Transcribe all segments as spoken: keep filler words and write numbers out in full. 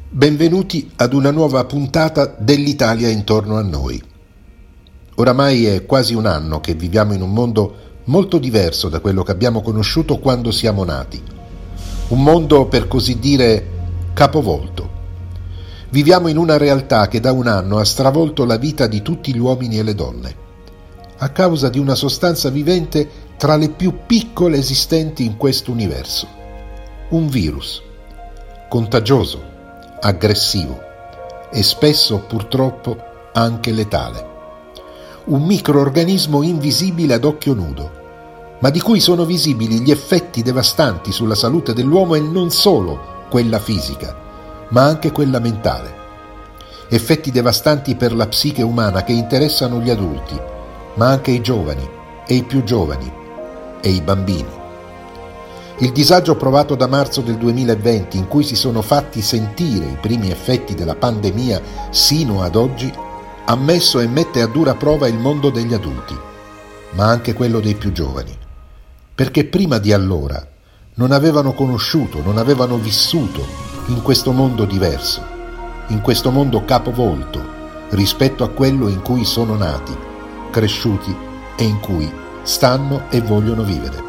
Benvenuti ad una nuova puntata dell'Italia intorno a noi. Oramai è quasi un anno che viviamo in un mondo molto diverso da quello che abbiamo conosciuto quando siamo nati. Un mondo, per così dire, capovolto. Viviamo in una realtà che da un anno ha stravolto la vita di tutti gli uomini e le donne, a causa di una sostanza vivente tra le più piccole esistenti in questo universo. Un virus, contagioso, aggressivo e spesso purtroppo anche letale. Un microorganismo invisibile ad occhio nudo, ma di cui sono visibili gli effetti devastanti sulla salute dell'uomo e non solo quella fisica, ma anche quella mentale. Effetti devastanti per la psiche umana che interessano gli adulti, ma anche i giovani e i più giovani e i bambini. Il disagio provato da marzo del duemilaventi, in cui si sono fatti sentire i primi effetti della pandemia sino ad oggi, ha messo e mette a dura prova il mondo degli adulti, ma anche quello dei più giovani, perché prima di allora non avevano conosciuto, non avevano vissuto in questo mondo diverso, in questo mondo capovolto rispetto a quello in cui sono nati, cresciuti e in cui stanno e vogliono vivere.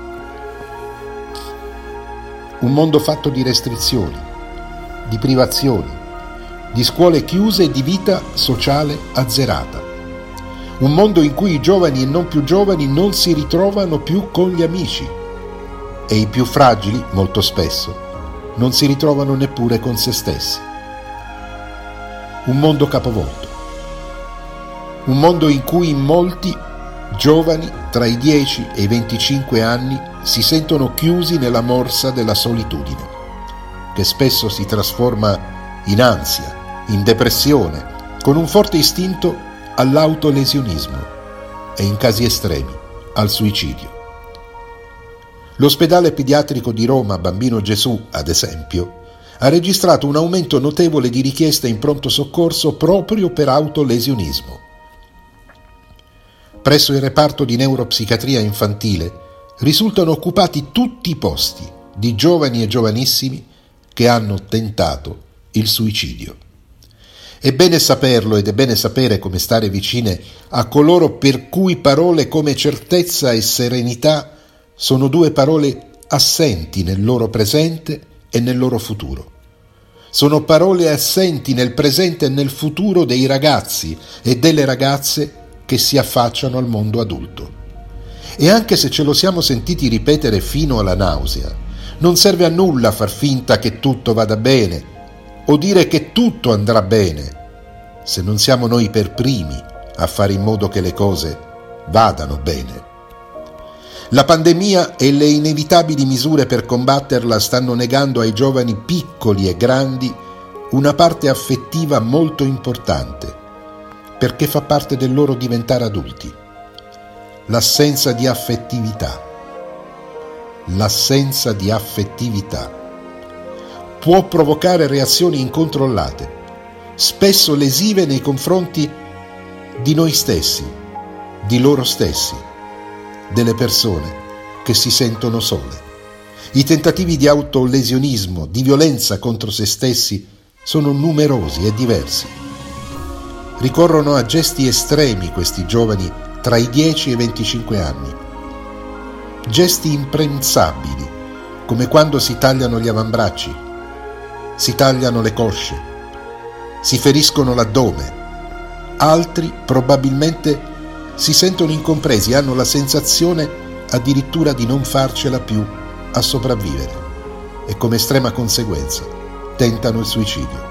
Un mondo fatto di restrizioni, di privazioni, di scuole chiuse e di vita sociale azzerata. Un mondo in cui i giovani e non più giovani non si ritrovano più con gli amici e i più fragili, molto spesso, non si ritrovano neppure con se stessi. Un mondo capovolto. Un mondo in cui molti giovani tra i dieci e i venticinque anni si sentono chiusi nella morsa della solitudine, che spesso si trasforma in ansia, in depressione, con un forte istinto all'autolesionismo e, in casi estremi, al suicidio. L'ospedale pediatrico di Roma Bambino Gesù, ad esempio, ha registrato un aumento notevole di richieste in pronto soccorso proprio per autolesionismo. Presso il reparto di neuropsichiatria infantile risultano occupati tutti i posti di giovani e giovanissimi che hanno tentato il suicidio. È bene saperlo ed è bene sapere come stare vicine a coloro per cui parole come certezza e serenità sono due parole assenti nel loro presente e nel loro futuro. Sono parole assenti nel presente e nel futuro dei ragazzi e delle ragazze che si affacciano al mondo adulto. E anche se ce lo siamo sentiti ripetere fino alla nausea, non serve a nulla far finta che tutto vada bene o dire che tutto andrà bene, se non siamo noi per primi a fare in modo che le cose vadano bene. La pandemia e le inevitabili misure per combatterla stanno negando ai giovani piccoli e grandi una parte affettiva molto importante, perché fa parte del loro diventare adulti. L'assenza di affettività. L'assenza di affettività può provocare reazioni incontrollate, spesso lesive nei confronti di noi stessi, di loro stessi, delle persone che si sentono sole. I tentativi di autolesionismo, di violenza contro se stessi sono numerosi e diversi. Ricorrono a gesti estremi questi giovani tra i dieci e i venticinque anni. Gesti imprensabili, come quando si tagliano gli avambracci, si tagliano le cosce, si feriscono l'addome. Altri probabilmente si sentono incompresi, hanno la sensazione addirittura di non farcela più a sopravvivere e come estrema conseguenza tentano il suicidio.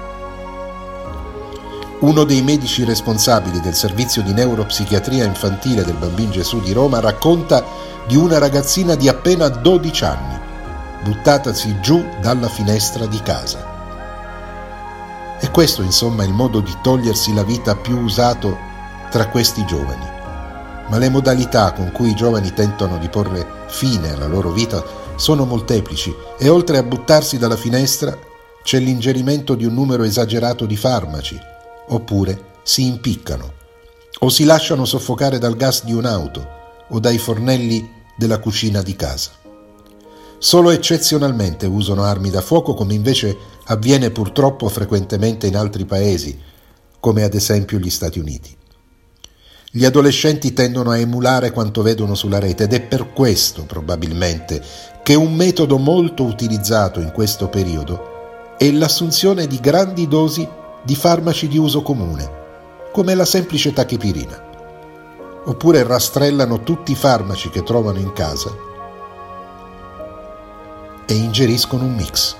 Uno dei medici responsabili del servizio di neuropsichiatria infantile del Bambino Gesù di Roma racconta di una ragazzina di appena dodici anni, buttatasi giù dalla finestra di casa. E questo, insomma, è il modo di togliersi la vita più usato tra questi giovani. Ma le modalità con cui i giovani tentano di porre fine alla loro vita sono molteplici e oltre a buttarsi dalla finestra c'è l'ingerimento di un numero esagerato di farmaci, oppure si impiccano o si lasciano soffocare dal gas di un'auto o dai fornelli della cucina di casa. Solo eccezionalmente usano armi da fuoco, come invece avviene purtroppo frequentemente in altri paesi, come ad esempio gli Stati Uniti. Gli adolescenti tendono a emulare quanto vedono sulla rete ed è per questo, probabilmente, che un metodo molto utilizzato in questo periodo è l'assunzione di grandi dosi di farmaci di uso comune, come la semplice tachipirina. Oppure rastrellano tutti i farmaci che trovano in casa e ingeriscono un mix.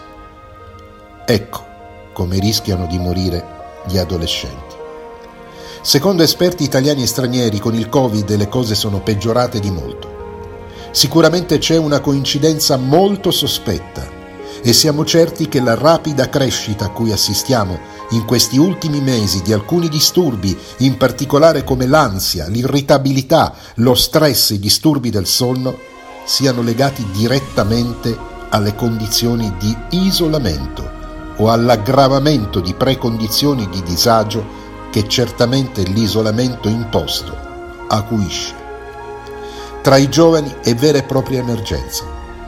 Ecco come rischiano di morire gli adolescenti. Secondo esperti italiani e stranieri, con il Covid le cose sono peggiorate di molto. Sicuramente c'è una coincidenza molto sospetta e siamo certi che la rapida crescita a cui assistiamo in questi ultimi mesi di alcuni disturbi, in particolare come l'ansia, l'irritabilità, lo stress e i disturbi del sonno, siano legati direttamente alle condizioni di isolamento o all'aggravamento di precondizioni di disagio che certamente l'isolamento imposto acuisce. Tra i giovani è vera e propria emergenza.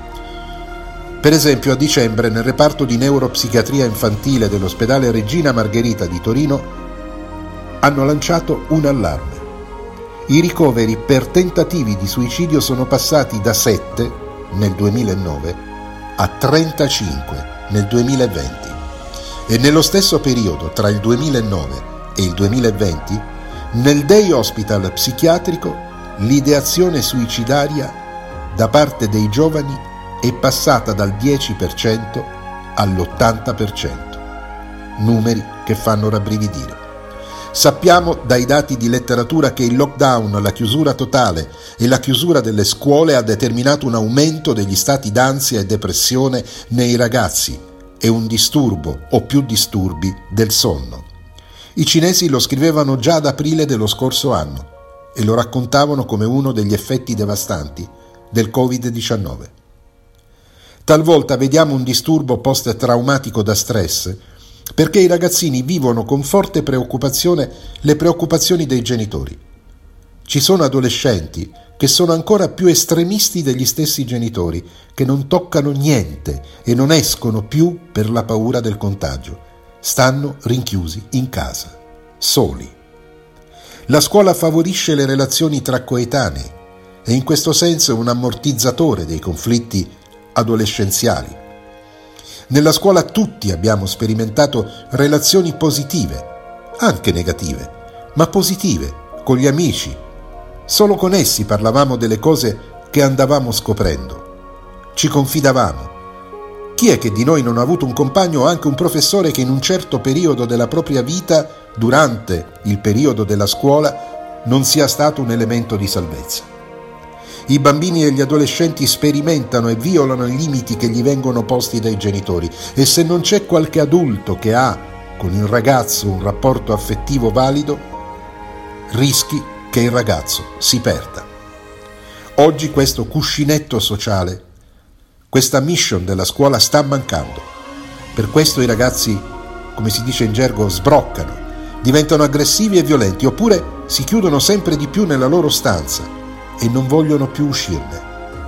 Per esempio, a dicembre nel reparto di neuropsichiatria infantile dell'ospedale Regina Margherita di Torino hanno lanciato un allarme. I ricoveri per tentativi di suicidio sono passati da sette nel duemilanove a trentacinque nel duemilaventi e nello stesso periodo, tra il duemilanove e il duemilaventi, nel day hospital psichiatrico l'ideazione suicidaria da parte dei giovani è passata dal dieci per cento all'ottanta per cento, numeri che fanno rabbrividire. Sappiamo dai dati di letteratura che il lockdown, la chiusura totale e la chiusura delle scuole ha determinato un aumento degli stati d'ansia e depressione nei ragazzi e un disturbo o più disturbi del sonno. I cinesi lo scrivevano già ad aprile dello scorso anno e lo raccontavano come uno degli effetti devastanti del covid diciannove. Talvolta vediamo un disturbo post-traumatico da stress perché i ragazzini vivono con forte preoccupazione le preoccupazioni dei genitori. Ci sono adolescenti che sono ancora più estremisti degli stessi genitori, che non toccano niente e non escono più per la paura del contagio. Stanno rinchiusi in casa, soli. La scuola favorisce le relazioni tra coetanei e in questo senso è un ammortizzatore dei conflitti adolescenziali. Nella scuola tutti abbiamo sperimentato relazioni positive, anche negative, ma positive, con gli amici. Solo con essi parlavamo delle cose che andavamo scoprendo. Ci confidavamo. Chi è che di noi non ha avuto un compagno o anche un professore che in un certo periodo della propria vita, durante il periodo della scuola, non sia stato un elemento di salvezza? I bambini e gli adolescenti sperimentano e violano i limiti che gli vengono posti dai genitori e se non c'è qualche adulto che ha con il ragazzo un rapporto affettivo valido, rischi che il ragazzo si perda. Oggi questo cuscinetto sociale, questa mission della scuola sta mancando. Per questo i ragazzi, come si dice in gergo, sbroccano, diventano aggressivi e violenti oppure si chiudono sempre di più nella loro stanza e non vogliono più uscirne.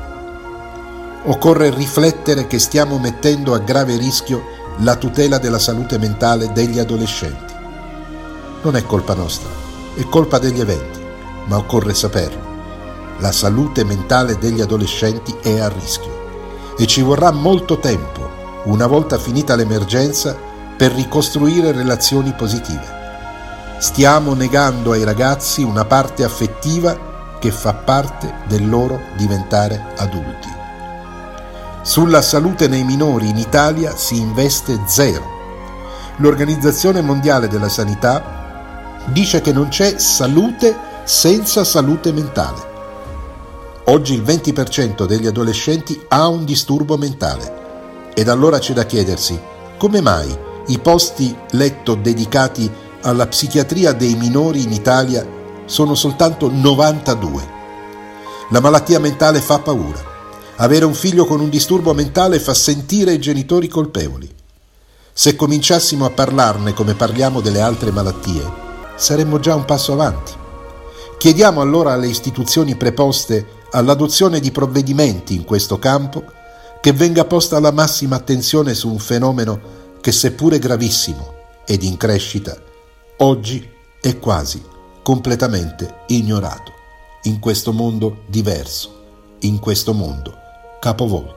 Occorre riflettere che stiamo mettendo a grave rischio la tutela della salute mentale degli adolescenti. Non è colpa nostra, è colpa degli eventi, ma occorre saperlo. La salute mentale degli adolescenti è a rischio e ci vorrà molto tempo, una volta finita l'emergenza, per ricostruire relazioni positive. Stiamo negando ai ragazzi una parte affettiva che fa parte del loro diventare adulti. Sulla salute nei minori in Italia si investe zero. L'Organizzazione Mondiale della Sanità dice che non c'è salute senza salute mentale. Oggi il venti per cento degli adolescenti ha un disturbo mentale ed allora c'è da chiedersi come mai i posti letto dedicati alla psichiatria dei minori in Italia sono soltanto novantadue. La malattia mentale fa paura. Avere un figlio con un disturbo mentale fa sentire i genitori colpevoli. Se cominciassimo a parlarne come parliamo delle altre malattie, saremmo già un passo avanti. Chiediamo allora alle istituzioni preposte all'adozione di provvedimenti in questo campo che venga posta la massima attenzione su un fenomeno che, seppure gravissimo ed in crescita, oggi è quasi completamente ignorato in questo mondo diverso, in questo mondo capovolto.